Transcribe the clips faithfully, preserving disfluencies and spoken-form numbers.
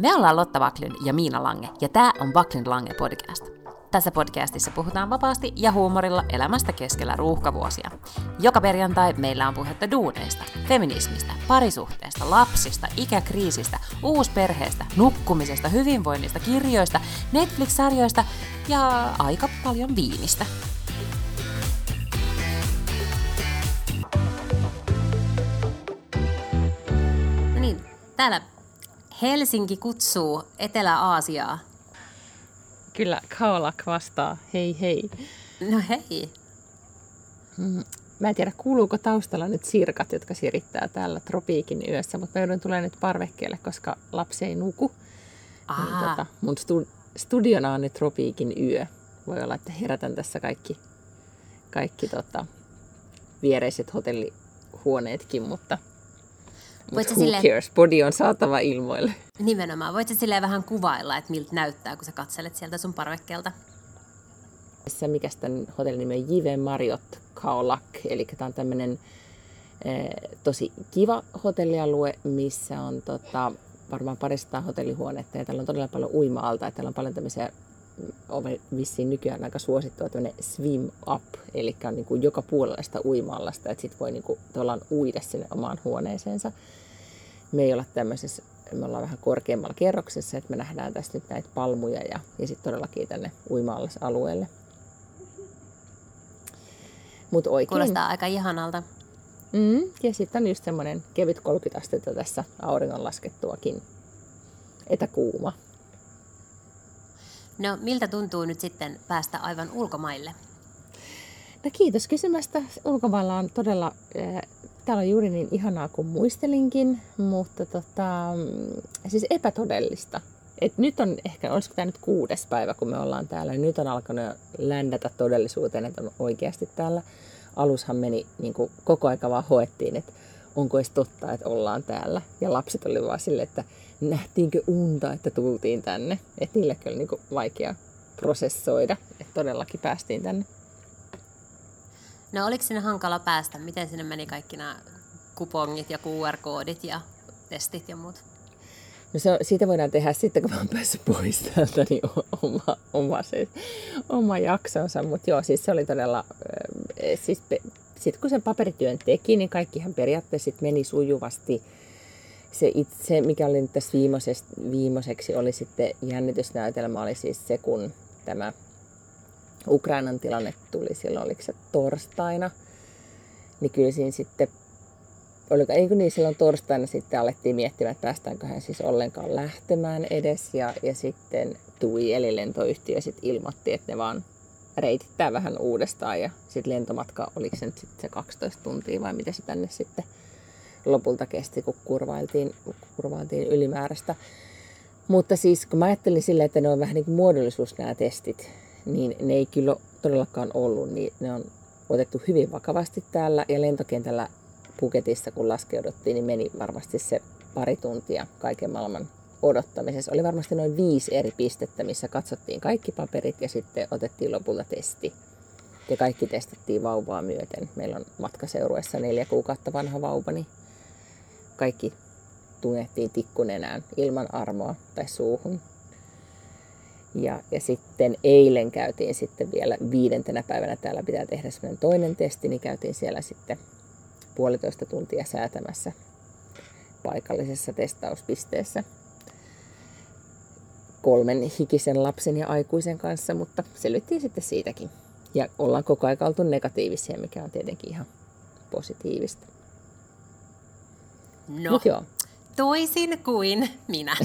Me ollaan Lotta Backlund ja Miina Lange, ja tää on Backlund Lange podcast. Tässä podcastissa puhutaan vapaasti ja huumorilla elämästä keskellä ruuhkavuosia. Joka perjantai meillä on puhetta duuneista, feminismistä, parisuhteesta, lapsista, ikäkriisistä, uusperheestä, nukkumisesta, hyvinvoinnista, kirjoista, Netflix-sarjoista ja aika paljon viinistä. No niin, täällä Helsinki kutsuu Etelä-Aasiaa. Kyllä, Kaolak vastaa. Hei hei. No hei. Mä en tiedä, kuuluuko taustalla nyt sirkat, jotka sirittää täällä tropiikin yössä, mutta mä joudun tulemaan nyt parvekkeelle, koska lapsi ei nuku. Niin, tota, mun stu- studiona on nyt tropiikin yö. Voi olla, että herätän tässä kaikki, kaikki tota, viereiset hotellihuoneetkin, mutta, mutta who silleen... cares? Body on saatava ilmoille. Nimenomaan. Voit sä silleen vähän kuvailla, että miltä näyttää, kun sä katselet sieltä sun parvekkeelta? Mikäs tämän hotellin nimi on? J V Marriott Kaolak. Eli tämä on tämmöinen eh, tosi kiva hotellialue, missä on tota, varmaan parista hotellihuonetta. Ja täällä on todella paljon uima-alta. Täällä on paljon tämmöisiä, on vissiin nykyään aika suosittua, tämmöinen swim up. Eli on niin kuin joka puolella sitä uima-allasta, että sit voi niin kuin, uida sinne omaan huoneeseensa. Me ei olla tämmöisessä, me ollaan vähän korkeammalla kerroksessa, että me nähdään tästä nyt näitä palmuja ja, ja sitten todellakin tänne uima-allasalueelle. Mut oikein. Kuulostaa aika ihanalta. Mm, ja sitten on just semmoinen kevyt kolmekymmentä astetta tässä auringon laskettuakin etäkuuma. No miltä tuntuu nyt sitten päästä aivan ulkomaille? No kiitos kysymästä. Ulkomailla on todella, äh, täällä on juuri niin ihanaa kuin muistelinkin, mutta tota, siis epätodellista. Et nyt on ehkä, olisiko tämä nyt kuudes päivä, kun me ollaan täällä, niin nyt on alkanut jo ländätä todellisuuteen, että on oikeasti täällä. Alushan meni niin kuin koko aika vaan hoettiin, että onko edes totta, että ollaan täällä. Ja lapset oli vaan silleen, että nähtiinkö unta, että tultiin tänne. Että niillekin oli niin kuin vaikea prosessoida, että todellakin päästiin tänne. No oliko sinne hankala päästä? Miten sinne meni kaikki nämä kupongit ja Q R-koodit ja testit ja muut? No se on, siitä voidaan tehdä sitten, kun mä oon päässyt pois täältä, niin oma, oma, se, oma jaksonsa. Mutta joo, siis se oli todella, siis sitten kun sen paperityön teki, niin kaikkihan periaatteessa sit meni sujuvasti. Se itse, mikä oli nyt tässä viimeiseksi, oli sitten jännitysnäytelmä, oli siis se, kun tämä Ukrainan tilanne tuli silloin, oliko se torstaina, niin kyllä siinä sitten, oliko, ei kun niin, silloin torstaina sitten alettiin miettimään, että päästäänköhän siis ollenkaan lähtemään edes, ja, ja sitten T U I eli lentoyhtiö sitten ilmoitti, että ne vaan reitittää vähän uudestaan, ja sitten lentomatka, oliko se nyt sitten se kaksitoista tuntia vai mitä se tänne sitten lopulta kesti, kun kurvailtiin, kurvailtiin ylimääräistä. Mutta siis kun mä ajattelin silleen, että ne on vähän niin kuin muodollisuus nämä testit, niin ne ei kyllä todellakaan ollut, niin ne on otettu hyvin vakavasti täällä ja lentokentällä Phuketissa, kun laskeuduttiin, niin meni varmasti se pari tuntia kaiken maailman odottamisessa. Oli varmasti noin viisi eri pistettä, missä katsottiin kaikki paperit ja sitten otettiin lopulta testi. Ja kaikki testattiin vauvaa myöten. Meillä on matkaseurueessa neljä kuukautta vanha vauva, niin kaikki tunnettiin tikkunenään ilman armoa tai suuhun. Ja, ja sitten eilen käytiin sitten vielä viidentenä päivänä, täällä pitää tehdä semmoinen toinen testi, niin käytiin siellä sitten puolitoista tuntia säätämässä paikallisessa testauspisteessä kolmen hikisen lapsen ja aikuisen kanssa, mutta selvittiin sitten siitäkin. Ja ollaan koko ajan oltu negatiivisia, mikä on tietenkin ihan positiivista. No. Mut joo. Toisin kuin minä.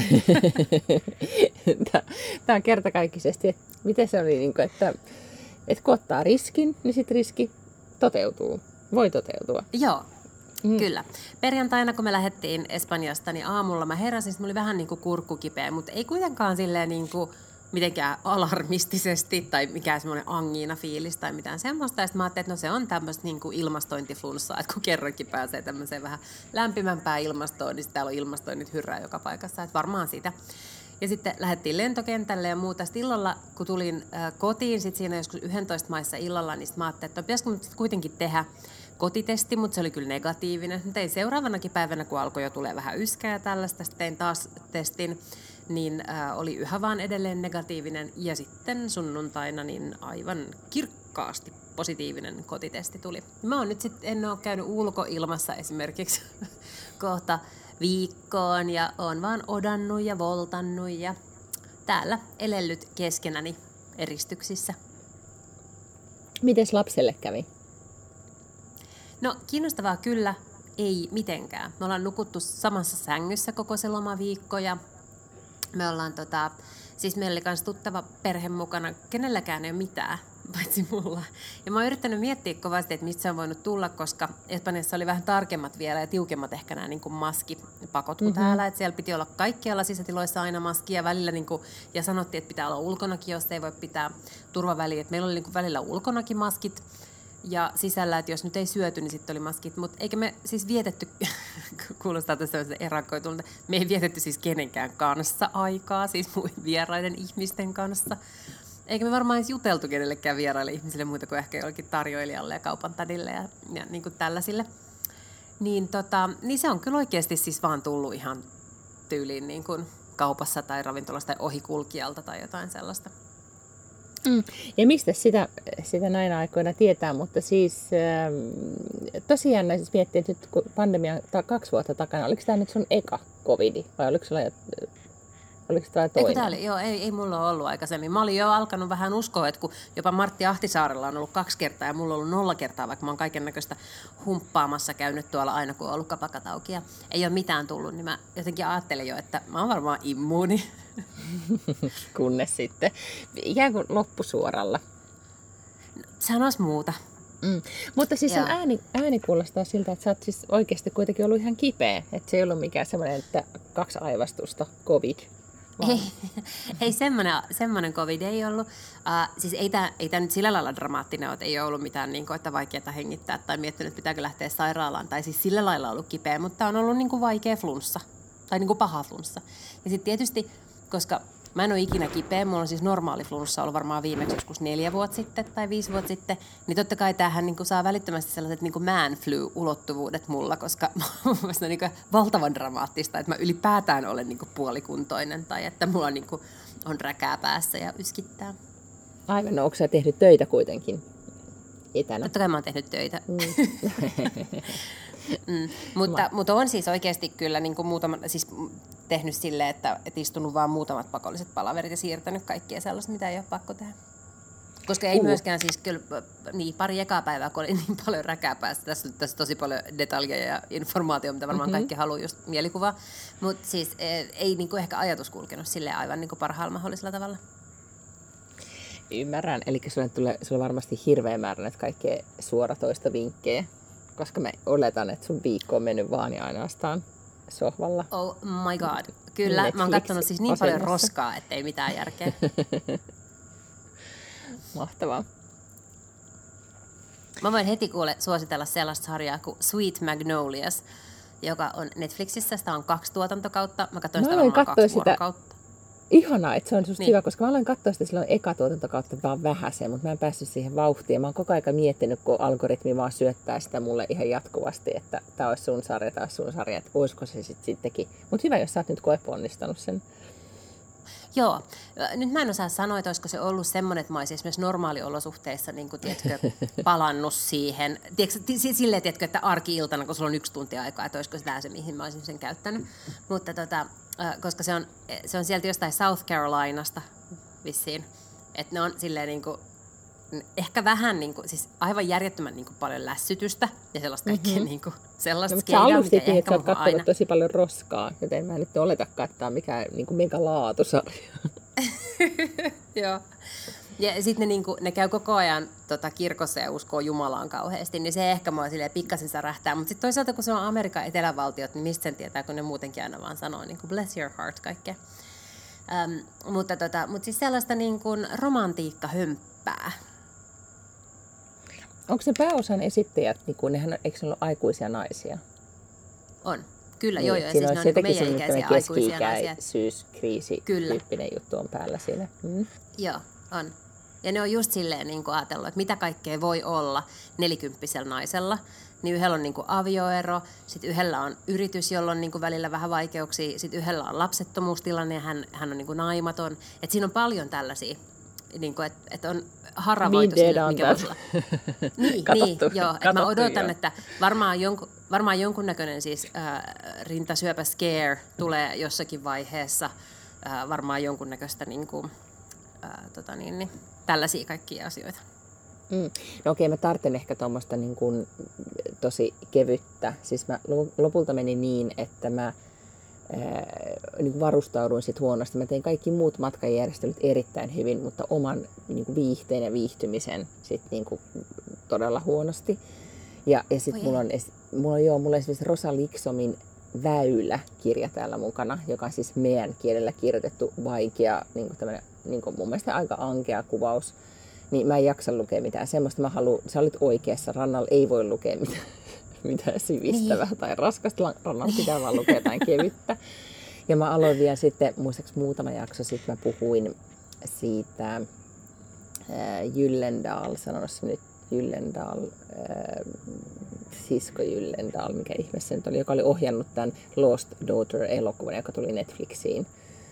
Tämä on kertakaikkisesti, että miten se oli, että, että kun ottaa riskin, niin sitten riski toteutuu, voi toteutua. Joo, mm. kyllä. Perjantaina, kun me lähdettiin Espanjasta, niin aamulla mä heräsin, että mulla oli vähän niin kuin kurkku kipeä, mutta ei kuitenkaan silleen niin kuin mitenkään alarmistisesti tai mikään semmoinen angiina-fiilis tai mitään semmoista. Ja sitten mä ajattelin, että no se on tämmöistä niin kuin ilmastointiflunssaa, että kun kerrankin pääsee tämmöiseen vähän lämpimämpään ilmastoon, niin täällä on ilmastoinnit hyrrää joka paikassa, että varmaan sitä. Ja sitten lähdettiin lentokentälle ja muuta. Sitten illalla, kun tulin äh, kotiin, sitten siinä joskus yksitoista maissa illalla, niin sitten mä ajattelin, että no, pitäisikö nyt kuitenkin tehdä kotitesti, mutta se oli kyllä negatiivinen. Tein seuraavanakin päivänä, kun alkoi jo tulee vähän yskää ja tällaista, sitten tein taas testin. niin äh, oli yhä vaan edelleen negatiivinen. Ja sitten sunnuntaina niin aivan kirkkaasti positiivinen kotitesti tuli. Mä oon nyt sitten, en ole käynyt ulkoilmassa esimerkiksi kohta viikkoon ja oon vaan odannut ja voltannut ja täällä elellyt keskenäni eristyksissä. Mites lapselle kävi? No kiinnostavaa kyllä, ei mitenkään. Me ollaan nukuttu samassa sängyssä koko se lomaviikko ja me ollaan tota, siis meillä oli kans tuttava perhe mukana, kenelläkään ei ole mitään, paitsi mulla. Ja mä oon yrittänyt miettiä kovasti, että mistä se on voinut tulla, koska Espanjassa oli vähän tarkemmat vielä ja tiukemmat ehkä nämä niin kuin maskipakot kuin mm-hmm. täällä. Että siellä piti olla kaikkialla sisätiloissa aina maskia välillä niin kuin, ja sanottiin, että pitää olla ulkonakin, jos ei voi pitää turvaväliä. Meillä oli niin kuin välillä ulkonakin maskit ja sisällä, että jos nyt ei syöty, niin sitten oli maskit. Mutta eikä me siis vietetty, kuulostaa tästä erakoitulta, me ei vietetty siis kenenkään kanssa aikaa, siis muiden vieraiden ihmisten kanssa. Eikä me varmaan edes juteltu kenellekään vieraille ihmisille muuta kuin ehkä jollekin tarjoilijalle ja kaupan tädille ja, ja niin kuin tällaisille. Niin, tota, niin se on kyllä oikeasti siis vaan tullut ihan tyyliin niin kuin kaupassa tai ravintolassa tai ohikulkijalta tai jotain sellaista. Mm. Ja mistä sitä, sitä näinä aikoina tietää, mutta siis äh, tosiaan siis miettii, että nyt kun pandemia ta, kaksi vuotta takana, oliko tämä nyt sun eka covidi vai oliko sulla Oliko tämä toinen? Eikö oli? Joo, ei, ei mulla ole ollut aikaisemmin. Mä olin jo alkanut vähän uskoa, että kun jopa Martti Ahtisaarella on ollut kaksi kertaa ja mulla on ollut nolla kertaa, vaikka mä oon kaiken näköistä humppaamassa käynyt tuolla aina, kun on ollut kapakat auki ja ei ole mitään tullut, niin mä jotenkin ajattelin jo, että mä oon varmaan immuuni. Kunnes sitten ikään kuin loppusuoralla. No, sanois muuta. Mm. Mutta siis sen ääni, ääni kuulostaa siltä, että sä oot siis oikeasti kuitenkin ollut ihan kipeä. Että se ei ollut mikään semmoinen, että kaksi aivastusta, covid. Ei, ei semmoinen, semmoinen covid ei ollut. Uh, siis ei tämä ei nyt sillä lailla dramaattinen ole, että ei ole ollut mitään, niin kuin, että vaikeaa hengittää tai miettinyt, että pitääkö lähteä sairaalaan. Tai siis sillä lailla ollut kipeä, mutta on ollut niin kuin vaikea flunssa tai niin kuin paha flunssa. Ja sitten tietysti, koska mä en ole ikinä kipeä, mulla on siis normaali flunssa ollut varmaan viimeksi joskus neljä vuotta sitten tai viisi vuotta sitten, niin totta kai tämähän niin kuin saa välittömästi sellaiset niin kuin man flu-ulottuvuudet mulla, koska mun mielestä on niin kuin valtavan dramaattista, että mä ylipäätään olen niin kuin puolikuntoinen tai että mulla niin kuin on räkää päässä ja yskittää. Aivan, no onko sä tehnyt töitä kuitenkin etänä? Totta kai mä oon tehnyt töitä. Mm. mm. Mutta, mutta on siis oikeasti kyllä niin kuin muutama, siis tehnyt silleen, että, että istunut vaan muutamat pakolliset palaverit ja siirtänyt kaikkia sellaista, mitä ei ole pakko tehdä. Koska ei uh. myöskään siis kyllä, niin pari ekaa päivää, kun oli niin paljon räkää päästä. Tässä on tässä tosi paljon detaljeja ja informaatiota, mitä varmaan mm-hmm. kaikki haluaa, just mielikuvaa. Mutta siis ei niin kuin ehkä ajatus kulkenut silleen aivan niin kuin parhaalla mahdollisella tavalla. Ymmärrän. Eli sulle tulee sulle varmasti hirveä määrä näitä kaikkea suoratoista vinkkejä, koska mä oletan, että sun viikko on mennyt vaan ja ainoastaan sohvalla. Oh my god. Kyllä, Netflix mä oon katsonut siis niin paljon roskaa, ettei mitään järkeä. Mahtavaa. Mä voin heti kuule suositella sellaista sarjaa kuin Sweet Magnolias, joka on Netflixissä. Sitä on kaksi tuotantokautta. Mä katsoin sitä varmaan kaksi sitä... vuorokautta. Ihanaa, että se on susta niin. Hyvä, koska mä aloin katsoa sitä silloin eka tuotantokautta vaan vähäsen, mutta mä en päässyt siihen vauhtiin. Mä oon koko ajan miettinyt, kun algoritmi vaan syöttää sitä mulle ihan jatkuvasti, että tää olisi sun sarja, tää olisi sun sarja, että olisiko se sitten sittenkin. Mutta hyvä, jos sä oot nyt koeponnistanut sen. Joo. Nyt mä en osaa sanoa, että olisiko se ollut semmoinen, että mä olisin esimerkiksi normaaliolosuhteissa niin kuin, tiedätkö, palannut siihen. Tiedätkö, silleen, tiedätkö, että arki-iltana, kun sulla on yksi tuntia aikaa, että olisiko tämä se, mihin mä olisin sen käyttänyt. Mutta tota, koska se on, se on sieltä jostain South Carolinasta vissiin. Että ne on silleen niin kuin, ehkä vähän niin kuin, siis aivan järjettömän niin kuin paljon lässytystä ja sellaista mm-hmm. ehkä niin kuin, sellaista no, skeidaa, mikä ehkä että sä oot katsonut aina... tosi paljon roskaa, joten mä en nyt oletakaan, että tämä on mikään niin kuin mega laatusarja. Joo. Ja sitten ne, niinku, ne käy koko ajan tota, kirkossa ja uskoo Jumalaan kauheasti, niin se ehkä mua silleen pikkasen särähtää. Mutta sitten toisaalta, kun se on Amerikan etelävaltiot, niin mistä sen tietää, kun ne muutenkin aina vaan sanoo, niin kuin bless your heart kaikkea. Ähm, mutta, tota, mutta siis sellaista niin kuin romantiikkahömppää. Onko se pääosan esittäjät, niin kuin, nehän, eikö ne ole aikuisia naisia? On. Kyllä, niin, joo, joo. Siis ne on niin meidän ikäisiä aikuisia naisia. Keski-ikäisyyskriisi-tyyppinen juttu on päällä siinä. Mm. Joo, on. Ja ne on just silleen niin kuin ajatellut, että mitä kaikkea voi olla nelikymppisellä naisella. niin yhdellä on niin kuin avioero, sitten yhdellä on yritys, jolla on niin kuin välillä vähän vaikeuksia, sitten yhdellä on lapsettomuustilanne ja hän, hän on niin kuin naimaton. Et siinä on paljon tällaisia, niin kuin, että et on haravoitu sille, mikä voisi olla. Niin, niin joo. Et mä odotan, jo. että varmaan, jonku, varmaan jonkunnäköinen siis äh, rintasyöpä scare tulee jossakin vaiheessa. Äh, varmaan jonkunnäköistä niin kuin, äh, tota niin, niin, tällaisia kaikkia asioita. Mm. No okei, mä tarvitsen ehkä tuommoista niin kuin tosi kevyttä. Siis mä lopulta meni niin, että mä ää, niin kuin varustauduin sit huonosti. Mä tein kaikki muut matkanjärjestelyt erittäin hyvin, mutta oman niin kuin viihteen ja viihtymisen sit niin kuin todella huonosti. Ja, ja sitten mulla on, mulla on, joo, mulla on esimerkiksi Rosa Liksomin Väylä-kirja täällä mukana, joka on siis meidän kielellä kirjoitettu vaikea, niin kuin tämmönen, niin kuin mun mielestä aika ankea kuvaus. Niin mä en jaksa lukea mitään semmoista. Mä haluan, sä olit oikeassa, rannalla ei voi lukea mitään, mitään sivistävää niin. tai raskasta. Rannalla pitää vaan lukea jotain kevyttä. Ja mä aloin vielä sitten, muistaakseni muutama jakso sitten mä puhuin siitä äh, Gyllendal, sanonossa nyt Gyllendal, äh, Sisko Gyllendal, mikä ihme se nyt oli, joka oli ohjannut tämän Lost Daughter-elokuvan, joka tuli Netflixiin.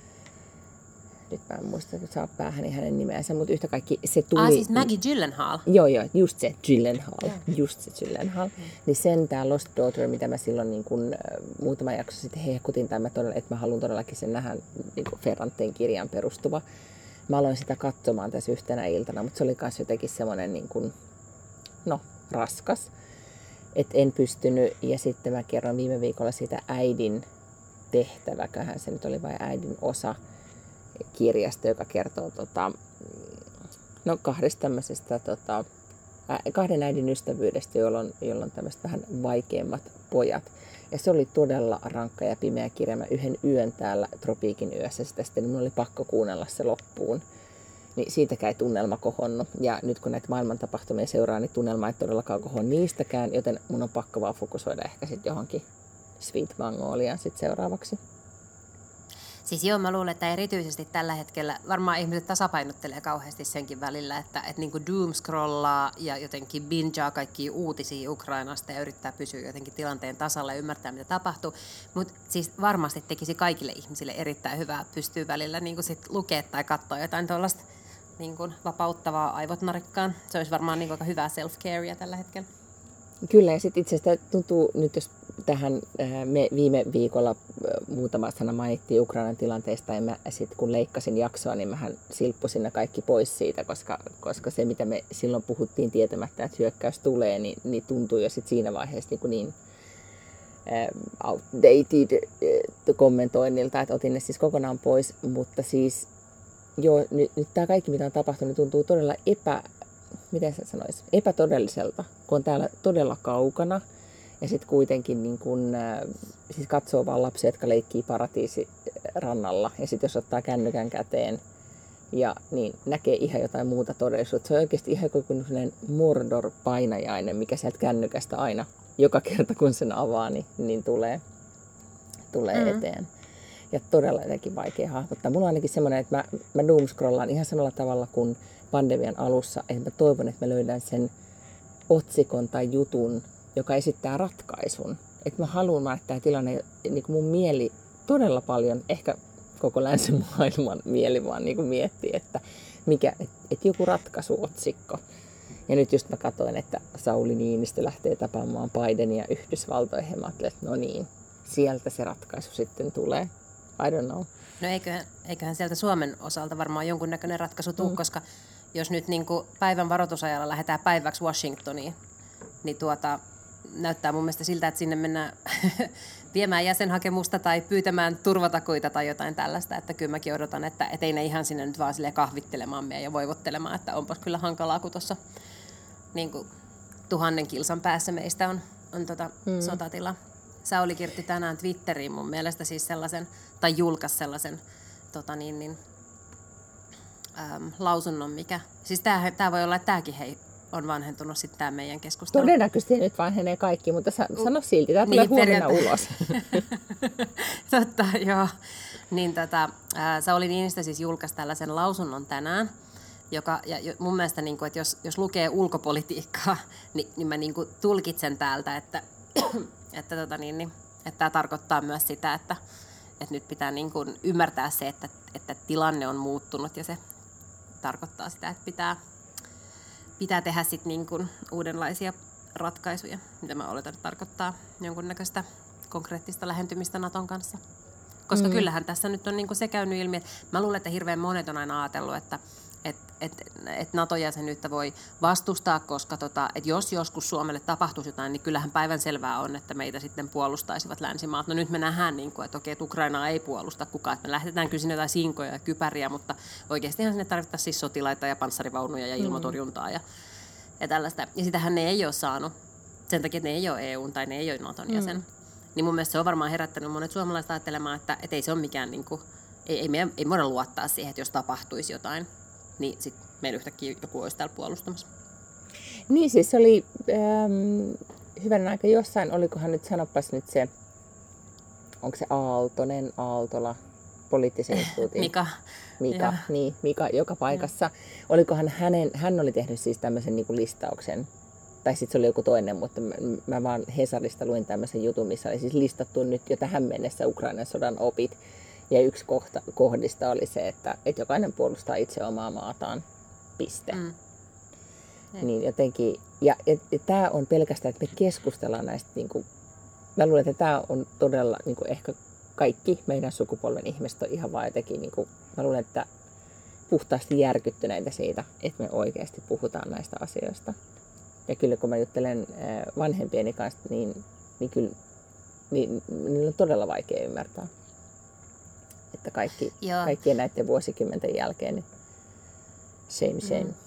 Nyt mä en muista, että saa päähäni hänen nimeänsä, mutta yhtä kaikki se tuli... Ah, siis Maggie Gyllenhaal. Joo, joo, just se Gyllenhaal, yeah. just se Gyllenhaal. Mm. Niin sen tää Lost Daughter, mitä mä silloin niin kun, äh, muutama jakso sitten hehkutin, tai mä todella, että mä haluan todellakin sen nähdä niin kuin Ferranteen kirjaan perustuva. Mä aloin sitä katsomaan tässä yhtenä iltana, mutta se oli myös jotenkin semmoinen niin kuin, no, raskas, että en pystynyt. Ja sitten mä kerron viime viikolla siitä äidin tehtäväköhän se nyt oli, vai äidin osa kirjasta, joka kertoo tota, no, kahdesta tämmöisestä tota, ä, kahden äidin ystävyydestä, jolla on, jolla on tämmöiset vähän vaikeimmat pojat. Ja se oli todella rankka ja pimeä kirja. Mä yhden yön täällä Tropiikin yössä sitä sitten, niin mun oli pakko kuunnella se loppuun. Niin siitäkään ei tunnelma kohonnut. Ja nyt kun näitä maailman tapahtumia seuraa, niin tunnelma ei todellakaan kohon niistäkään, joten mun on pakko vaan fokusoida ehkä sitten johonkin Sweet Magnoliaan sitten seuraavaksi. Siis joo, mä luulen, että erityisesti tällä hetkellä varmaan ihmiset tasapainottelee kauheasti senkin välillä, että, että niin kuin doom-scrollaa ja jotenkin bingea kaikkia uutisia Ukrainasta ja yrittää pysyä jotenkin tilanteen tasalla ja ymmärtää, mitä tapahtuu. Mutta siis varmasti tekisi kaikille ihmisille erittäin hyvää pystyä välillä niin kuin sit lukea tai katsoa jotain tuollaista niin kuin vapauttavaa aivot narikkaan. Se olisi varmaan niin kuin aika hyvää self-carea tällä hetkellä. Kyllä, ja sitten itse asiassa tuntuu nyt, jos tähän me viime viikolla muutama sana mainittiin Ukrainan tilanteesta, ja mä sitten kun leikkasin jaksoa, niin mähän silppusin ne kaikki pois siitä, koska, koska se, mitä me silloin puhuttiin tietämättä, että hyökkäys tulee, niin, niin tuntuu jo sitten siinä vaiheessa niin, niin outdated kommentoinnilta, että otin ne siis kokonaan pois, mutta siis joo, nyt, nyt tämä kaikki, mitä on tapahtunut, tuntuu todella epä... miten se sanoisi, epätodelliselta, kun on täällä todella kaukana ja sitten kuitenkin niin kun, äh, siis katsoo vaan lapsia, jotka leikkii paratiisirannalla ja sitten jos ottaa kännykän käteen ja niin näkee ihan jotain muuta todellisuutta. Se on oikeasti ihan kuin sellainen Mordor-painajainen, mikä sieltä kännykästä aina joka kerta kun sen avaa, niin, niin tulee, tulee mm. eteen. Ja todella jotenkin vaikea hahmottaa. Mulla on ainakin semmoinen, että mä, mä doomscrollaan ihan samalla tavalla kuin pandemian alussa. Että mä toivon, että mä löydän sen otsikon tai jutun, joka esittää ratkaisun. Että mä haluan, että tämä tilanne, niin kuin mun mieli todella paljon, ehkä koko länsimaailman mieli vaan niin kuin miettii, että, mikä, että, että joku ratkaisuotsikko. Ja nyt just mä katsoin, että Sauli Niinistö lähtee tapaamaan Bidenia Yhdysvaltoihin. Mä ajattelin, että no niin, sieltä se ratkaisu sitten tulee. I don't know. No eiköhän, eiköhän sieltä Suomen osalta varmaan jonkunnäköinen ratkaisu tule, mm. koska jos nyt niin kuin päivän varoitusajalla lähdetään päiväksi Washingtoniin, niin tuota, näyttää mun mielestä siltä, että sinne mennään viemään jäsenhakemusta tai pyytämään turvatakuita tai jotain tällaista, että kyllä mäkin odotan, että et ei ne ihan sinne nyt vaan silleen kahvittelemaan meidän ja voivottelemaan, että onpas kyllä hankalaa, kun tuossa niin kuin tuhannen kilsan päässä meistä on, on tota mm. sotatila. Sauli kirjoitti tänään Twitteriin mun mielestä siis sellaisen, tai julkaisi sellaisen tota niin, niin, äm, lausunnon, mikä, siis tää, tää voi olla, että tääkin hei, on vanhentunut sitten tää meidän keskustelu. Todennäköisesti nyt vanhenee kaikki, mutta sa, sano silti, tää tulee niin, huomenna ulos. Totta, joo. Niin tota, ää, Sauli Niinistö siis julkaisi tällaisen lausunnon tänään, joka, ja mun mielestä, niin kuin, että jos, jos lukee ulkopolitiikkaa, niin, niin mä niin kuin tulkitsen täältä, että, että, tota niin, niin, että tämä tarkoittaa myös sitä, että, että nyt pitää niin kuin ymmärtää se, että, että tilanne on muuttunut ja se tarkoittaa sitä, että pitää, pitää tehdä sit niin kuin uudenlaisia ratkaisuja, mitä mä oletan, että tarkoittaa jonkunnäköistä konkreettista lähentymistä Naton kanssa. Koska mm. kyllähän tässä nyt on niin kuin se käynyt ilmi, että mä luulen, että hirveän monet on aina ajatellut, että et, et, et NATO-jäsenyyttä voi vastustaa, koska tota, et jos joskus Suomelle tapahtuisi jotain, niin kyllähän päivänselvää on, että meitä sitten puolustaisivat länsimaat. No nyt me nähdään, niin kuin, että okei, että Ukrainaa ei puolusta kukaan, että me lähdetään kyllä sinne jotain sinkoja ja kypäriä, mutta oikeastihan sinne tarvittaisiin siis sotilaita ja panssarivaunuja ja ilmatorjuntaa ja, ja tällaista. Ja sitähän ne ei ole saanut sen takia, että ne ei ole E U:n tai ne ei ole Naton jäsen. Mm. Niin mun mielestä se on varmaan herättänyt monet suomalaiset ajattelemaan, että et ei se ole mikään, niin kuin, ei, ei, me, ei me voida luottaa siihen, että jos tapahtuisi jotain, niin sitten meillä yhtäkkiä joku olisi täällä puolustamassa. Niin siis se oli ähm, hyvän aika jossain, olikohan nyt, sanopas nyt se, onko se Aaltonen, Aaltola, poliittisen instituutin. Mika. Mika, niin, Mika joka paikassa. Ja. Olikohan hänen, hän oli tehnyt siis tämmöisen niin kuin listauksen, tai sitten se oli joku toinen, mutta mä, mä vaan Hesarista luin tämmöisen jutun, missä oli siis listattu nyt jo tähän mennessä Ukrainan sodan opit. Ja yksi kohta, kohdista oli se, että, että jokainen puolustaa itse omaa maataan, piste. Mm. Niin jotenkin, ja, ja, ja tämä on pelkästään, että me keskustellaan näistä, niin kuin, mä luulen, että tämä on todella niin kuin ehkä kaikki meidän sukupolven ihmiset on ihan vaan jotenkin, niin kuin, mä luulen, että puhtaasti järkyttyneitä siitä, että me oikeasti puhutaan näistä asioista. Ja kyllä kun mä juttelen vanhempieni kanssa, niin, niin kyllä niin, niin on todella vaikea ymmärtää, että kaikki, kaikkien näiden vuosikymmenten jälkeen, niin shame, shame. Mm.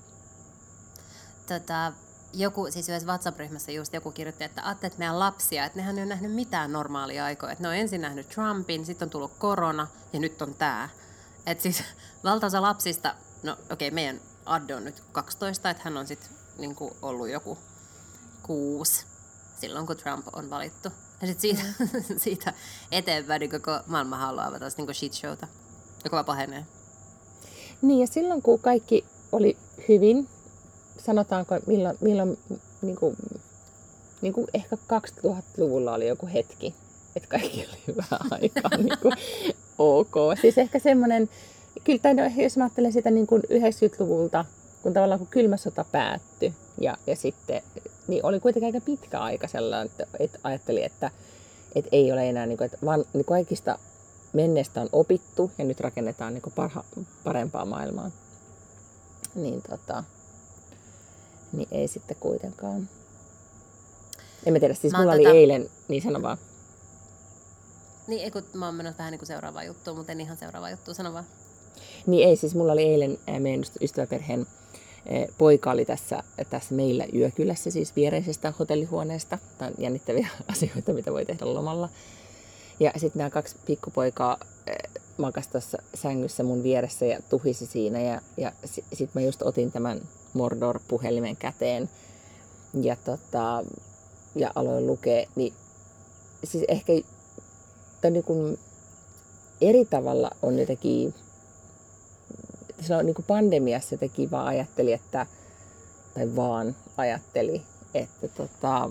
Tota, joku, siis yhdessä WhatsApp-ryhmässä just joku kirjoitti, että ajattelet meidän lapsia, että nehän ei ole nähnyt mitään normaalia aikoja. Että ne on ensin nähnyt Trumpin, sitten on tullut korona ja nyt on tää. Että siis valtaosa lapsista, no okei, okay, meidän Addo on nyt kaksitoista, että hän on sitten niin kuin ollut joku kuusi silloin, kun Trump on valittu. Ja sitten siitä, mm. siitä eteenpäin niin koko maailma haluaa avata niin kuin shit showta, joka vaan pahenee. Niin, ja silloin kun kaikki oli hyvin, sanotaanko milloin, milloin niin kuin, niin kuin ehkä kaksituhattaluvulla oli joku hetki, että kaikki oli hyvää aikaa niin kuin ok. Siis ehkä semmoinen, kyllä tai jos mä ajattelen sitä niin kuin yhdeksänkymmentäluvulta, kun tavallaan kun kylmä sota päättyi ja, ja sitten, niin oli kuitenkin aika pitkä aika sellainen, että, että ajattelin, että, että ei ole enää, niin kuin, että vaan niin kaikista menneestä on opittu ja nyt rakennetaan niin kuin parha, parempaa maailmaa. Niin tota, niin ei sitten kuitenkaan. En mä tiedä, siis mä mulla oli tätä... eilen, niin sano vaan. Niin, ei kun mä oon mennyt vähän niin kuin seuraavaan juttuun, mutta en ihan seuraavaan juttuun, sano vaan. Niin ei, siis mulla oli eilen meidän ystäväperheen poika oli tässä, tässä meillä yökylässä, siis viereisestä hotellihuoneesta. Tämä on jännittäviä asioita, mitä voi tehdä lomalla. Ja sitten nämä kaksi pikkupoikaa makasi tuossa sängyssä mun vieressä ja tuhisi siinä. Ja, ja sitten mä just otin tämän Mordor-puhelimen käteen ja, tota, ja aloin lukea. Niin, siis ehkä niin kuin eri tavalla on jotenkin... Silloin niin kuin pandemiassa jotenkin vaan ajatteli, että, tai vaan ajatteli, että, tota,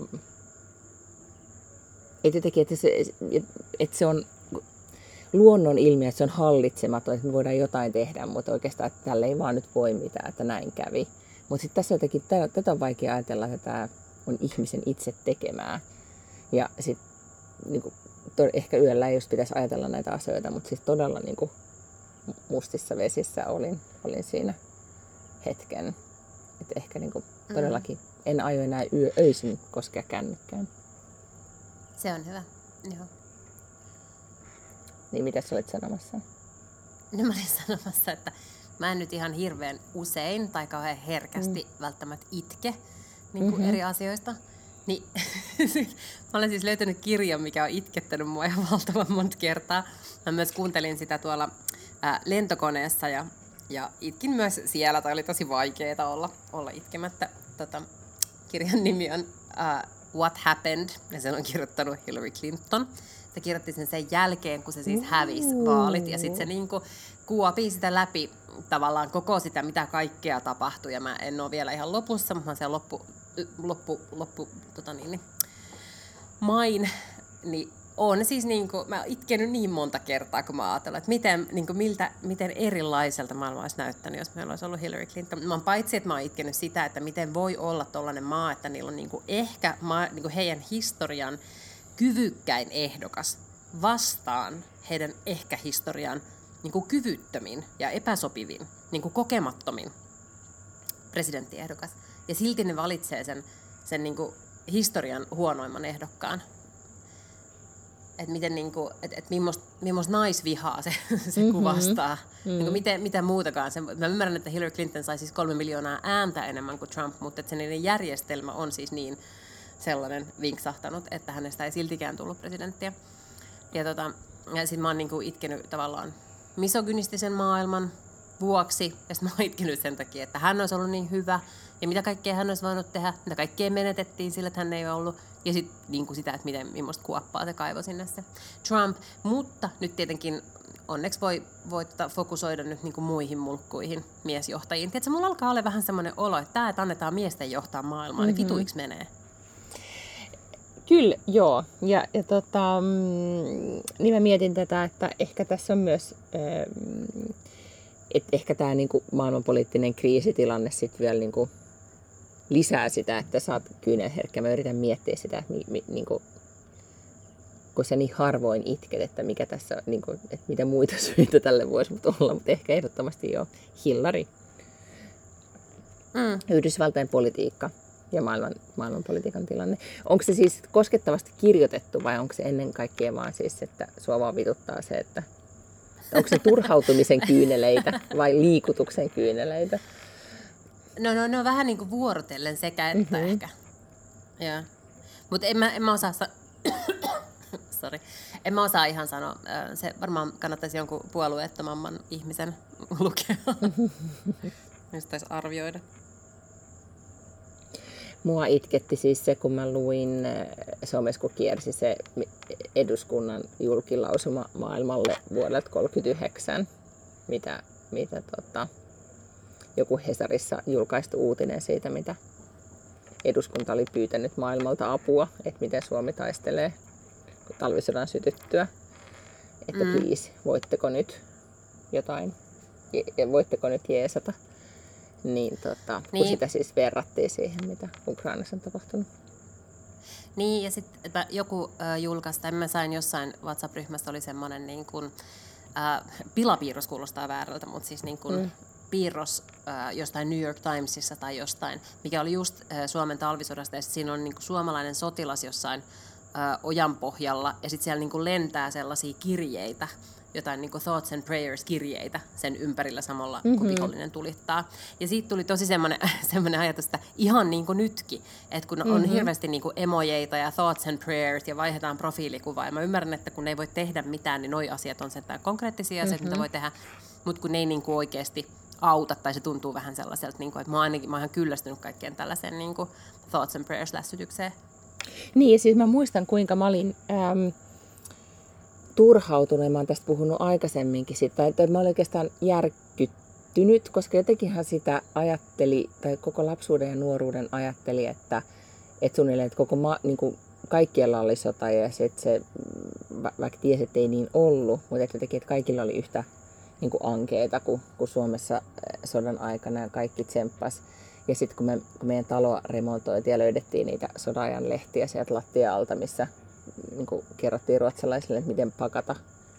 että, jotenkin, että, se, että se on luonnon ilmiö, että se on hallitsematon, että me voidaan jotain tehdä, mutta oikeastaan että tällä ei vaan nyt voi mitään, että näin kävi. Mutta sitten tässä jotenkin, tätä on vaikea ajatella, että tämä on ihmisen itse tekemää. Ja sitten niin kuin, ehkä yöllä ei just pitäisi ajatella näitä asioita, mutta siis todella... Niin kuin, mustissa vesissä olin, olin siinä hetken. Että ehkä niinku todellakin en aio enää yö, öisin koskea kännykkään. Se on hyvä, joo. Niin mitä sä olit sanomassa? No mä olin sanomassa, että mä en nyt ihan hirveän usein tai kauhean herkästi mm. välttämättä itke niin kuin mm-hmm. eri asioista. Niin, mä olen siis löytänyt kirjan, mikä on itkettänyt mua ihan valtavan monta kertaa. Mä myös kuuntelin sitä tuolla ää, lentokoneessa ja, ja itkin myös siellä. Tai oli tosi vaikeaa olla, olla itkemättä. Tota, kirjan nimi on ää, What Happened, ja sen on kirjoittanut Hillary Clinton. Se kirjoitti sen sen jälkeen, kun se siis hävisi vaalit. Ja sitten se niinku kuopii sitä läpi tavallaan koko sitä, mitä kaikkea tapahtui. Ja mä en ole vielä ihan lopussa, mutta mä siellä loppu, loppu, loppu tota niin, main, niin on siis niinku, mä oon itkenyt niin monta kertaa, kun mä ajatellut, että miten, niinku, miltä, miten erilaiselta maailma olisi näyttänyt, jos meillä olisi ollut Hillary Clinton. Mä oon paitsi, että mä oon itkenyt sitä, että miten voi olla tollainen maa, että niillä on niinku ehkä maa, niinku heidän historian kyvykkäin ehdokas vastaan heidän ehkä historian niinku kyvyttömin ja epäsopivin, niinku kokemattomin presidenttiehdokas. Ja silti ne valitsee sen, sen niinku historian huonoimman ehdokkaan. Että miten niinku, et, et millaista, millaista naisvihaa se, se mm-hmm. kuvastaa. Mm-hmm. Niinku miten, mitä muutakaan. Se, mä ymmärrän, että Hillary Clinton sai siis kolme miljoonaa ääntä enemmän kuin Trump, mutta että sen järjestelmä on siis niin sellainen vinksahtanut, että hänestä ei siltikään tullut presidenttiä. Ja, tota, ja sit mä oon niinku itkenyt tavallaan misogynistisen maailman vuoksi, ja sit mä oon itkenyt sen takia, että hän olisi ollut niin hyvä, ja mitä kaikkea hän olisi voinut tehdä, mitä kaikkea menetettiin sillä, että hän ei ollut, ja sitten niin sitä, että miten, millaista kuoppaa se kaivoi sinne se Trump. Mutta nyt tietenkin onneksi voi, voi fokusoida nyt niin kuin muihin mulkkuihin, miesjohtajiin. Tiedätkö, mulla alkaa olla vähän semmoinen olo, että tämä, että annetaan miesten johtaa maailmaa, mm-hmm. niin vituiksi menee. Kyllä, joo. Ja, ja tota, niin mä mietin tätä, että ehkä tässä on myös, että ehkä tämä niinku maailmanpoliittinen kriisitilanne sitten vielä niinku lisää sitä, että sä oot kyynelherkkä. Mä yritän miettiä sitä, että mi, mi, niinku, kun sä niin harvoin itket, että mikä tässä, niinku, että mitä muita syitä tälle voisi olla, mutta ehkä ehdottomasti jo Hillary. Mm. Yhdysvaltain politiikka ja maailman, maailmanpolitiikan tilanne. Onko se siis koskettavasti kirjoitettu vai onko se ennen kaikkea vaan siis, että sua vaan vituttaa se, että onko se turhautumisen kyyneleitä vai liikutuksen kyyneleitä? No, no, no vähän niin kuin vuorotellen sekä että mm-hmm. ehkä. Mutta en mä, en mä osaa... Sa- Sorry. En mä osaa ihan sanoa. Se varmaan kannattaisi jonkun puolueettomamman ihmisen lukea. Mistä taisi arvioida. Mua itketti siis se, kun mä luin somessa, kun kiersi se eduskunnan julkilausuma maailmalle vuodelta kolmekymmentäyhdeksän, mitä, mitä tota, joku Hesarissa julkaistu uutinen siitä, mitä eduskunta oli pyytänyt maailmalta apua, että miten Suomi taistelee talvisodan sytyttyä. Että mm. please, voitteko nyt jotain, voitteko nyt jeesata. Niin, tota, niin. Kun sitä siis verrattiin siihen, mitä Ukrainassa on tapahtunut. Niin, ja sitten joku äh, julkaisi, tai mä sain jossain WhatsApp-ryhmästä, oli semmoinen niin kuin, äh, pilapiirros kuulostaa väärältä, mutta siis niin kuin mm. piirros äh, jostain New York Timesissa tai jostain, mikä oli just äh, Suomen talvisodasta, ja siinä on niin kuin suomalainen sotilas jossain äh, ojan pohjalla, ja sitten siellä niin kuin lentää sellaisia kirjeitä, jotain niin kuin thoughts and prayers-kirjeitä sen ympärillä samalla, mm-hmm. kun vihollinen tulittaa. Ja siitä tuli tosi semmoinen, semmoinen ajatus, että ihan niin kuin nytkin, että kun mm-hmm. on hirveästi niin kuin emojeita ja thoughts and prayers ja vaihdetaan profiilikuvaa. Ja mä ymmärrän, että kun ne ei voi tehdä mitään, niin noi asiat on sentään konkreettisia asioita, mm-hmm. mitä voi tehdä. Mutta kun ne ei niin kuin oikeasti auta, tai se tuntuu vähän sellaiselta, niin kuin, että mä oon ainakin mä oon ihan kyllästynyt kaikkeen tällaiseen niin kuin thoughts and prayers-lässytykseen. Niin, siis mä muistan, kuinka mä olin... Ähm... turhautunut, mä oon tästä puhunut aikaisemminkin siitä, että mä olin oikeastaan järkyttynyt, koska jotenkinhan sitä ajatteli, tai koko lapsuuden ja nuoruuden ajatteli, että, että suunnilleen, että koko ma, niin kuin kaikkialla oli sota, ja se, että se, vaikka tiesi, että ei niin ollut, mutta että jotenkin, että kaikilla oli yhtä niin kuin ankeeta kuin, kuin Suomessa sodan aikana, ja kaikki tsemppas. Ja sitten kun, me, kun meidän taloa remontoitiin ja löydettiin niitä sodan lehtiä sieltä lattia-alta, missä niin kuin kerrottiin ruotsalaisille, että miten pakata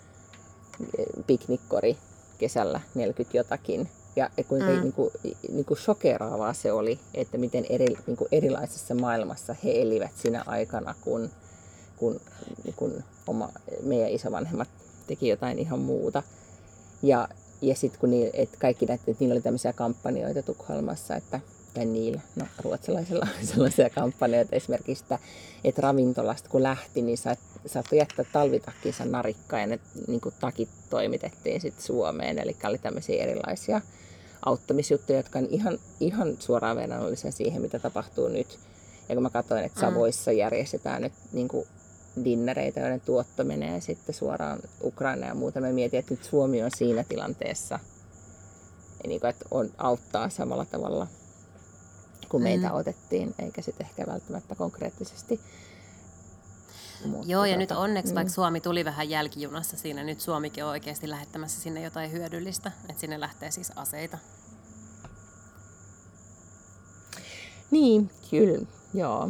piknikkori kesällä neljäkymmentä jotakin. Ja kuinka mm. niin kuin, niin kuin shokeraavaa se oli, että miten eri, niin kuin erilaisessa maailmassa he elivät siinä aikana, kun, kun, kun oma, meidän isovanhemmat teki jotain ihan muuta. Ja, ja sitten kun niillä, että kaikki näitä, että niillä oli tämmöisiä kampanjoita Tukholmassa, että tai niillä, no ruotsalaisilla oli sellaisia kampanjoita esimerkiksi, että, että ravintolasta kun lähti, niin sä, saattoi jättää talvitakkinsa narikkaan ja ne niin kuin takit toimitettiin sitten Suomeen. Eli oli tämmöisiä erilaisia auttamisjuttuja, jotka on ihan, ihan suoraan verrannollisia siihen, mitä tapahtuu nyt. Ja kun mä katsoin, että Savoissa järjestetään nyt niin kuin dinnereitä, joiden tuotto menee sitten suoraan Ukrainaan ja muuta. Mä mietin, että nyt Suomi on siinä tilanteessa, niin kuin, että on, auttaa samalla tavalla kuin meitä mm. otettiin, eikä sitten ehkä välttämättä konkreettisesti. Mutta Joo, ja tuota, nyt onneksi, mm. vaikka Suomi tuli vähän jälkijunassa siinä, nyt Suomikin on oikeasti lähettämässä sinne jotain hyödyllistä, että sinne lähtee siis aseita. Niin, kyllä, joo.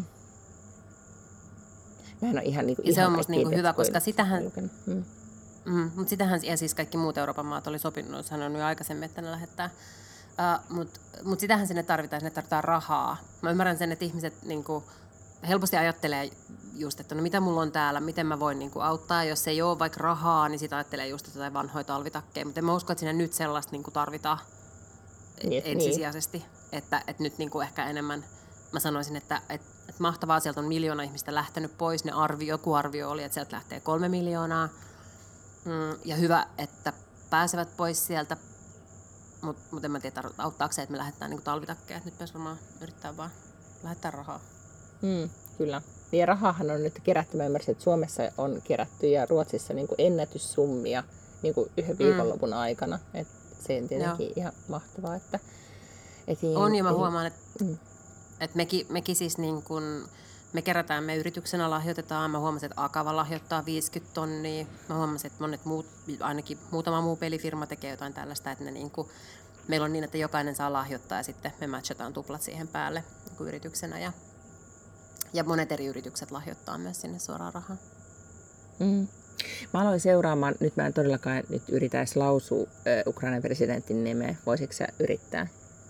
Mä en ole ihan, niin kuin, ja ihan se on musta niin kuin hyvä, koska sitähän, mm. mm, mutta sitähän, ja siis kaikki muut Euroopan maat oli sopinut, sanonut jo aikaisemmin, että ne lähettää. Uh, mutta mut sitähän sinne tarvitaan, sinne tarvitaan rahaa. Mä ymmärrän sen, että ihmiset niin kuin, helposti ajattelee just, että no mitä mulla on täällä, miten mä voin niin kuin, auttaa. Jos ei ole vaikka rahaa, niin sitä ajattelee just jotain vanhoja talvitakkeja. Mutta en mä usko, että sinne nyt sellaista niin kuin, tarvitaan niin, ensisijaisesti. Niin. Että, että nyt niin kuin, ehkä enemmän mä sanoisin, että, että, että mahtavaa, sieltä on miljoona ihmistä lähtenyt pois. Ne arvio, joku arvio oli, että sieltä lähtee kolme miljoonaa. Mm, ja hyvä, että pääsevät pois sieltä. Mutta mut en mä tiedä, auttaako se, että me lähdetään niinku talvitakkeja. Nyt pitäisi varmaan yrittää vaan lähettää rahaa. Mm, kyllä. Ja rahaahan on nyt kerätty. Mä ymmärsin, että Suomessa on kerätty ja Ruotsissa niinku ennätyssummia niinku yhden viikonlopun mm. aikana. Et se on tietenkin Joo. ihan mahtavaa. Että, et on ja mä huomaan, että mm. et mekin, mekin siis niin kun, me kerätään, me yrityksenä lahjoitetaan. Mä huomasin, että Akava lahjoittaa viisikymmentä tonnia. Mä huomasin, että monet muut, ainakin muutama muu pelifirma tekee jotain tällaista, että ne niin kuin, meillä on niin, että jokainen saa lahjoittaa ja sitten me matchataan tuplat siihen päälle niin kuin yrityksenä. Ja, ja monet eri yritykset lahjoittaa myös sinne suoraan rahaa. Mm. Mä aloin seuraamaan, nyt mä en todellakaan nyt yritäisi lausua äh, Ukrainan presidentin nimeä. Voisitko sä yrittää?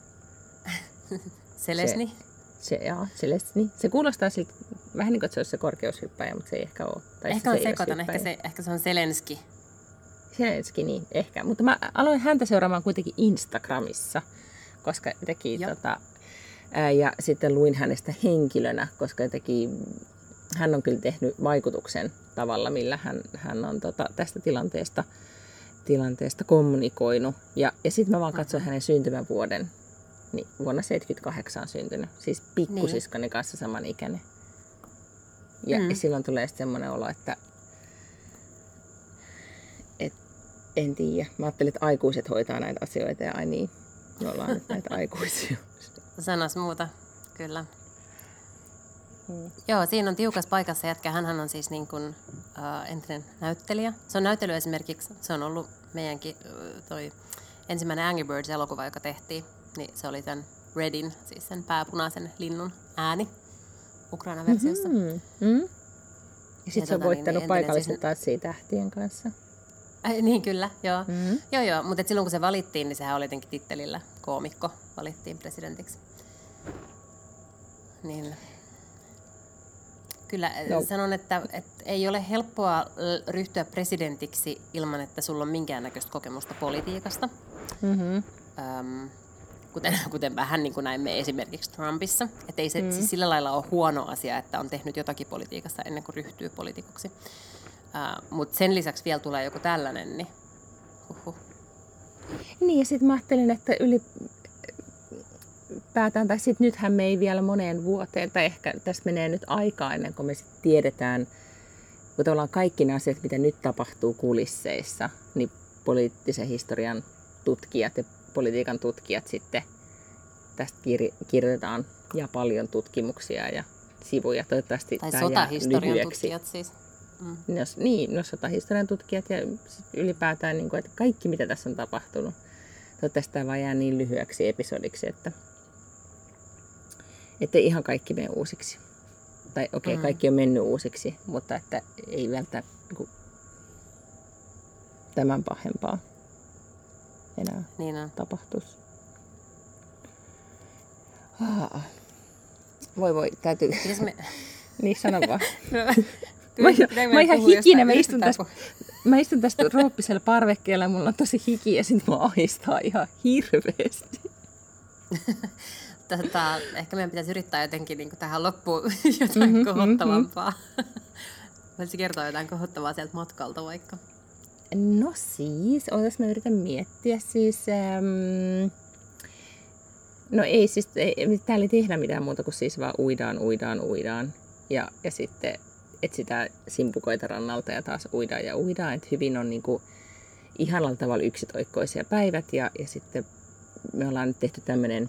Selesny? Se, se, joo, Selesny. Se kuulostaa siltä, vähän niin kuin, että se olisi se korkeushyppäjä, mutta se ei ehkä ole. Tai ehkä se on sekoitan, ehkä se, ehkä se on Zelenski. Zelenski, niin ehkä. Mutta mä aloin häntä seuraamaan kuitenkin Instagramissa, koska teki tota, ää, ja sitten luin hänestä henkilönä, koska teki, hän on kyllä tehnyt vaikutuksen tavalla, millä hän, hän on tota, tästä tilanteesta, tilanteesta kommunikoinut. Ja, ja sitten mä vaan katsoin mm-hmm. hänen syntymävuoden. Niin, vuonna seitsemänkymmentäkahdeksan syntynyt, siis pikkusiskoni niin. kanssa samanikäinen. Ja, mm. ja silloin tulee sitten semmoinen olo, että et, en tiedä. Mä ajattelin, että aikuiset hoitaa näitä asioita ja ai niin, me ollaan nyt näitä aikuisia. Sanois muuta, kyllä. Mm. Joo, siinä on tiukas paikassa jätkä. Hänhän on siis niin kuin, uh, entinen näyttelijä. Se on näyttely esimerkiksi, se on ollut meidänkin uh, toi ensimmäinen Angry Birds-elokuva, joka tehtiin. Niin se oli tämän Redin, siis sen pääpunaisen linnun ääni Ukrainan versiossa. Mm-hmm. Mm. Ja sitten se on tota, voittanut niin, paikallisen siis... tanssia tähtien kanssa. Ai, niin kyllä, joo. Mm-hmm. Joo, joo, mutta silloin kun se valittiin, niin sehän oli jotenkin tittelillä koomikko valittiin presidentiksi. Niin. Kyllä no. sanon, että, että ei ole helppoa ryhtyä presidentiksi ilman, että sulla on minkäännäköistä kokemusta politiikasta. Mm-hmm. Öm, Kuten, kuten vähän niin kuin näimme esimerkiksi Trumpissa. Että ei se mm. siis sillä lailla ole huono asia, että on tehnyt jotakin politiikassa ennen kuin ryhtyy poliitikoksi. Uh, Mutta sen lisäksi vielä tulee joku tällainen, niin huhhuh. Niin ja sitten mä ajattelin, että ylipäätään, tai sitten nythän me ei vielä moneen vuoteen, tai ehkä tässä menee nyt aikaa ennen kuin me sitten tiedetään, kun tavallaan kaikki ne asiat, mitä nyt tapahtuu kulisseissa, niin poliittisen historian tutkijat ja politiikan tutkijat sitten tästä kir- kirjoitetaan ja paljon tutkimuksia ja sivuja. Toivottavasti tai tämä sotahistorian tutkijat siis. Mm. No, niin, no sotahistorian tutkijat ja ylipäätään, niin kuin, että kaikki mitä tässä on tapahtunut. Toivottavasti tämä vaan jää niin lyhyeksi episodiksi, että ei ihan kaikki mene uusiksi. Tai okei, okay, mm. kaikki on mennyt uusiksi, mutta että ei välttämättä niin tämän pahempaa enää niin on. tapahtuisi. Ah. Voi voi, täytyy... Me... niin, sano vaan. mä, mä ihan hikinen, mä istun, tästä, mä istun tästä rooppisella parvekkeella ja mulla on tosi hiki ja sit mua ahistaa ihan hirveästi. Tota, ehkä meidän pitäisi yrittää jotenkin niin tähän loppuun jotain mm-hmm, kohottavampaa. Mm-hmm. Voisi kertoa jotain kohottavaa sieltä matkalta vaikka. No siis, ootas mä yritän miettiä siis, ähm, no ei siis, ei, täällä ei tehdä mitään muuta kuin siis vaan uidaan, uidaan, uidaan ja, ja sitten etsitään simpukoita rannalta ja taas uidaan ja uidaan. Että hyvin on niin kuin ihanalla tavalla yksitoikkoisia päivät ja, ja sitten me ollaan nyt tehty tämmöinen,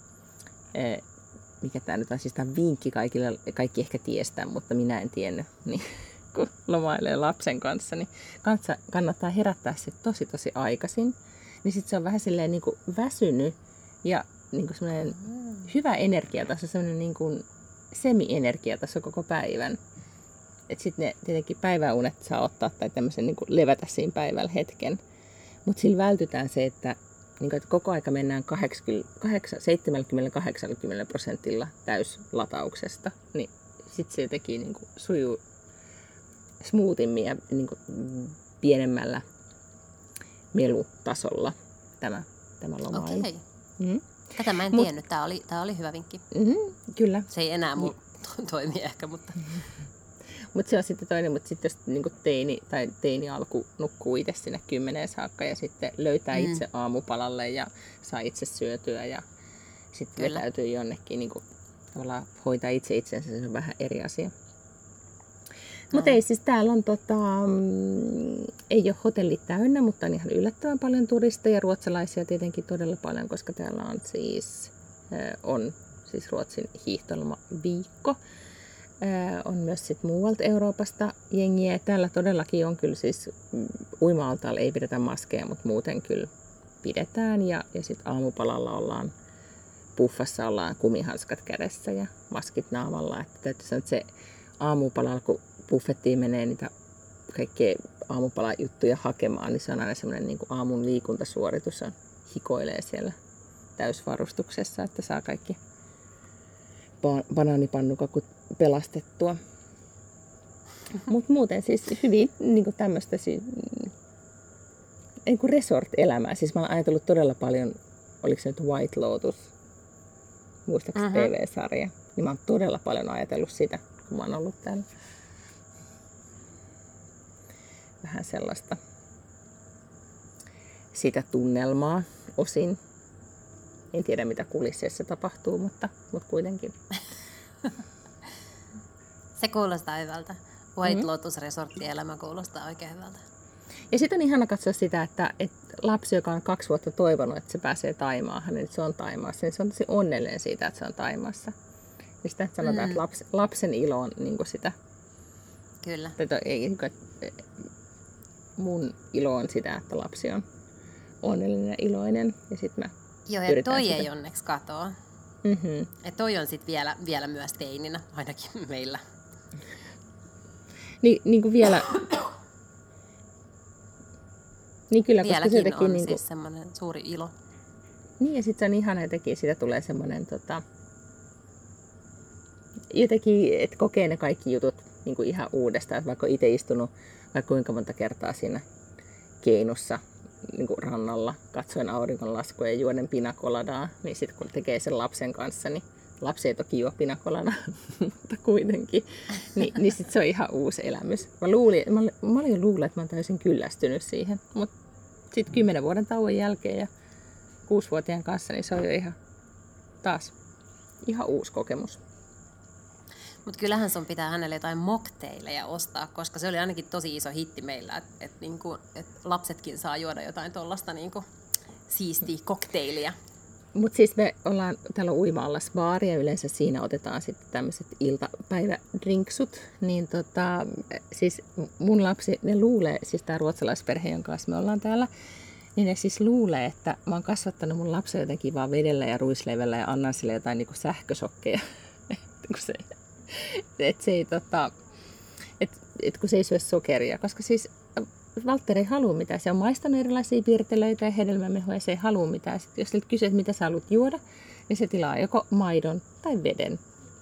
mikä tämä nyt on, siis tämä vinkki kaikille, kaikki ehkä tiestää, mutta minä en tiennyt, niin kun lomailee lapsen kanssa, niin kannattaa herättää se tosi tosi aikaisin, niin sitten se on vähän silleen niin kuin väsynyt ja niin kuin semmoinen hyvä energiataso, semmoinen niin kuin semi-energiataso koko päivän. Että sitten ne tietenkin päiväunet saa ottaa tai tämmöisen niin kuin levätä siinä päivällä hetken. Mutta sillä vältytään se, että, niin kuin, että koko aika mennään seitsemänkymmentä kahdeksankymmentä prosentilla täyslatauksesta. Niin sitten se teki niin kuin, sujuu smoothimmin ja niin kuin, pienemmällä melutasolla tämä, tämä lomailu. Okei. Mm. Tätä mä en Mut, tiennyt. Tämä oli, tämä oli hyvä vinkki. Mm-hmm, kyllä. Se ei enää mun toimi ehkä, mutta... Mutta se on sitten toinen, mutta sitten jos niinku teini tai teini alku nukkuu itse sinne kymmeneen saakka ja sitten löytää mm. itse aamupalalle ja saa itse syötyä ja sitten vetäytyy jonnekin niinku, tavallaan hoitaa itse itsensä, se on vähän eri asia. Mutta ei siis täällä on tota, ei ole hotellit täynnä, mutta on ihan yllättävän paljon turisteja, ruotsalaisia tietenkin todella paljon, koska täällä on siis, on siis Ruotsin hiihtolomaviikko. On myös sit muualta Euroopasta jengiä. Täällä todellakin on kyllä siis uima-altaalla ei pidetä maskeja, mutta muuten kyllä pidetään. Ja, ja sitten aamupalalla ollaan, puffassa ollaan kumihanskat kädessä ja maskit naamalla. Että täytyy sanoa, että se aamupalalla, kun buffettiin menee niitä kaikkea aamupalajuttuja hakemaan, niin se on aina semmoinen niin kuin aamun liikuntasuoritus. On hikoilee siellä täysvarustuksessa, että saa kaikki banaanipannukakut pelastettua. Mutta muuten siis hyvin niin tämmöistä niin resort-elämää. Siis mä oon ajatellut todella paljon, oliko se nyt White Lotus, muistaakseni uh-huh. T V-sarja. Niin mä oon todella paljon ajatellut sitä, kun mä oon ollut täällä. Vähän sellaista sitä tunnelmaa osin. En tiedä mitä kulisseissa tapahtuu, mutta, mutta kuitenkin. Se kuulostaa hyvältä. White mm-hmm. Lotus Resortti-elämä kuulostaa oikein hyvältä. Ja sitten on ihana katsoa sitä, että, että lapsi, joka on kaksi vuotta toivonut, että se pääsee Taimaahan, niin se on Taimaassa, niin se on tosi onnellinen siitä, että se on Taimaassa. Ja sitten sanotaan, mm. että laps, lapsen ilo on niin kuin sitä. Kyllä. Tätä, ei, mun ilo on sitä, että lapsi on onnellinen ja iloinen. Ja sit mä Joo, ja toi sitä. Ei onneksi katoa. Mm-hmm. Et toi on sitten vielä, vielä myös teininä, ainakin meillä. Ni, niin kuin vielä... niin kyllä, vieläkin koska se teki on niin kuin... siis semmoinen suuri ilo. Niin, ja sitten se on ihana jotenkin, siitä tulee semmoinen... Tota... jotenkin, että kokee ne kaikki jutut niin kuin ihan uudestaan. Että vaikka itse istunut vaikka kuinka monta kertaa siinä keinussa niin kuin rannalla, katsoen auringonlaskua ja juoden pinakoladaa, niin sitten kun tekee sen lapsen kanssa, niin lapsi ei toki juo pinakoladaa, mutta kuitenkin, niin, niin sitten se on ihan uusi elämys. Mä, luulin, mä, mä olin jo luullut, että mä oon täysin kyllästynyt siihen, mutta sitten kymmenen vuoden tauon jälkeen ja kuusivuotiaan kanssa, niin se on jo ihan taas ihan uusi kokemus. Mutta kyllähän sun pitää hänelle jotain mokteileja ostaa, koska se oli ainakin tosi iso hitti meillä, että et niinku, et lapsetkin saa juoda jotain tuollaista niinku siistiä kokteilia. Mutta siis me ollaan, täällä on uima-allas baari ja yleensä siinä otetaan sitten tämmöiset iltapäivädrinksut. Niin tota, siis mun lapsi, ne luulee, siis tää ruotsalaisperhe, jonka kanssa me ollaan täällä, niin ne siis luulee, että mä oon kasvattanut mun lapsen jotenkin vaan vedellä ja ruisleivellä ja annan sille jotain niinku sähkösokkeja. kun se, et se ei tota, et, et kun se ei syö sokeria, koska siis Valtteri ei halua mitään. Se on maistanut erilaisia piirtelöitä ja hedelmämehuja, se ei halua mitään. Sitten jos siltä kysyt, mitä sä haluat juoda, niin se tilaa joko maidon tai veden.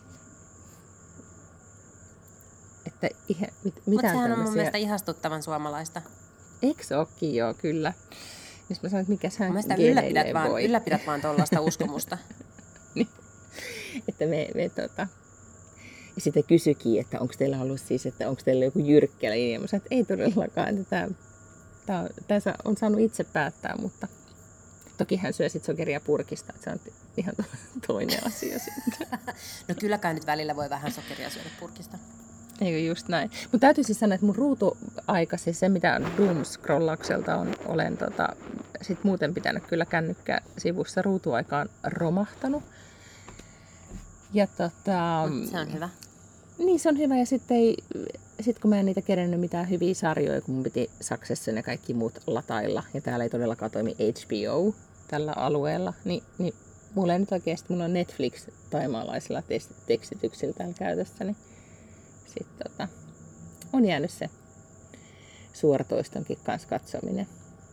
Että ihe, mit, Mutta sehän on mun mielestä ihastuttavan suomalaista. Eikö se ookin? Joo, kyllä. Jos mä sanon, että mikä sä ylläpidät vaan, voi. ylläpidät vaan tuollaista uskomusta. Niin. Että me, me tota... Ja sitten kysyikin, että onko teillä ollut siis, että onko teillä joku jyrkkä linja. Mä sanoin, että ei todellakaan, että tämä, tämä on saanut itse päättää, mutta toki hän syö sitten sokeria purkista, että se on ihan toinen asia sitten. No kylläkään nyt välillä voi vähän sokeria syödä purkista. Eikö just näin. Mutta täytyy siis sanoa, että mun ruutuaika, siis se mitä doom-scrollaukselta on, olen tota, sit muuten pitänyt kyllä kännykkä sivussa, ruutuaika on romahtanut. Ja tota... Se on hyvä. Niin, se on hyvä. Ja sitten ei, sit kun mä en niitä kerennyt mitään hyviä sarjoja, kun mun piti Saksessa ja kaikki muut latailla, ja täällä ei todellakaan toimi H B O tällä alueella, niin, niin mulla ei nyt oikeasti, mulla on Netflix taimaalaisilla tekstityksillä täällä käytössä, niin sitten tota, on jäänyt se suoratoistonkin kanssa katsominen,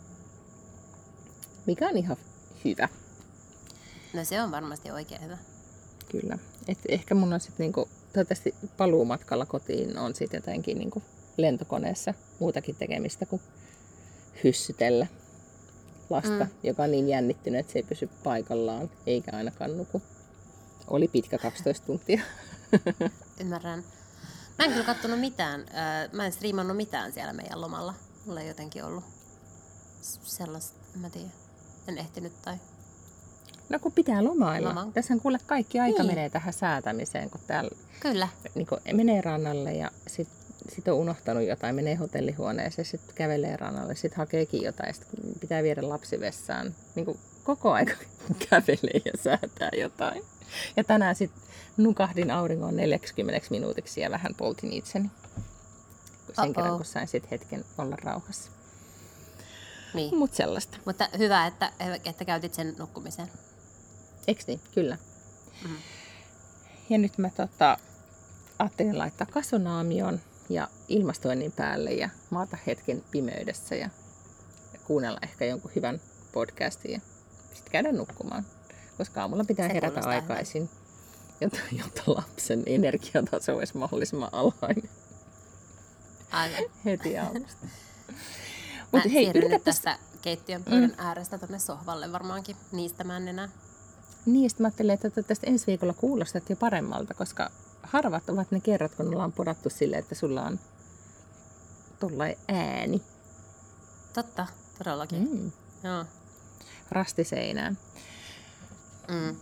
mikä on ihan hyvä. No se on varmasti oikein hyvä. Kyllä. Et ehkä mun on sitten niinku, toivottavasti paluumatkalla kotiin on sitten jotenkin niinku lentokoneessa muutakin tekemistä kuin hyssytellä lasta, mm. joka on niin jännittynyt, että se ei pysy paikallaan, eikä ainakaan nuku. Oli pitkä kaksitoista tuntia. Ymmärrän. Mä en kyllä kattonut mitään. Mä en striimannut mitään siellä meidän lomalla. Mulla ei jotenkin ollut sellaista, en mä tiedä. En ehtinyt tai... No kun pitää lomailla. Loman. Tässähän kuule kaikki aika niin. menee tähän säätämiseen, kun täällä kyllä. Niin kun menee rannalle ja sit, sit on unohtanut jotain, menee hotellihuoneeseen, sitten kävelee rannalle, sitten hakeekin jotain, sit pitää viedä lapsi vessaan. Niin kun koko aika kävelee ja säätää jotain. Ja tänään sitten nukahdin auringon neljäkymmentä minuutiksi ja vähän poltin itseni. Sen Uh-oh. kerran, kun sain sitten hetken olla rauhassa. Niin. Mut sellaista. Mutta hyvä, että, että käytit sen nukkumiseen. Eiks niin? Kyllä. Mm. Ja nyt mä tota, ajattelin laittaa kasvonaamion ja ilmastoinnin päälle ja maata hetken pimeydessä ja, ja kuunnella ehkä jonkun hyvän podcastin ja sitten käydä nukkumaan. Koska aamulla pitää se herätä aikaisin, jotta, jotta lapsen energiataso olisi mahdollisimman alhainen. Aivan. Heti aamusta. Mä Mut, hei, siirryn nyt tästä keittiön pöydän mm. äärestä tonne sohvalle varmaankin niistämään enää. Niin, ja sitten mä ajattelin, että tästä ensi viikolla kuulostat jo paremmalta, koska harvat ovat ne kerrat, kun ollaan podattu silleen, että sulla on tollain ääni. Totta, todellakin. Mm. Joo. Rastiseinään. Mm.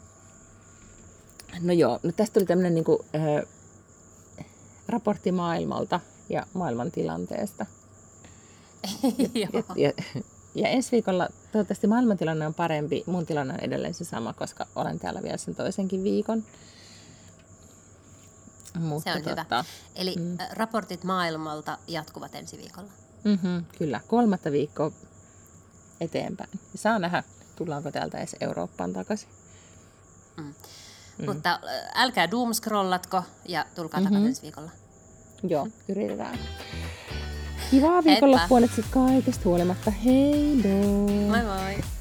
No joo, no tästä tuli tämmönen niinku, äh, raportti maailmalta ja maailman tilanteesta. ja, ja, ja, ja ensi viikolla toivottavasti maailmantilanne on parempi. Mun tilanne on edelleen se sama, koska olen täällä vielä sen toisenkin viikon. Mutta se on tota, hyvä. Eli mm. raportit maailmalta jatkuvat ensi viikolla. Mm-hmm, kyllä, kolmatta viikkoa eteenpäin. Saa nähdä, tullaanko täältä edes Eurooppaan takaisin. Mm. Mm. Mutta älkää doomscrollatko ja tulkaa mm-hmm. takaisin ensi viikolla. Joo, yritetään. Kivaa viikonloppua nyt sitten kaikesta huolimatta. Hei doo! Moi moi!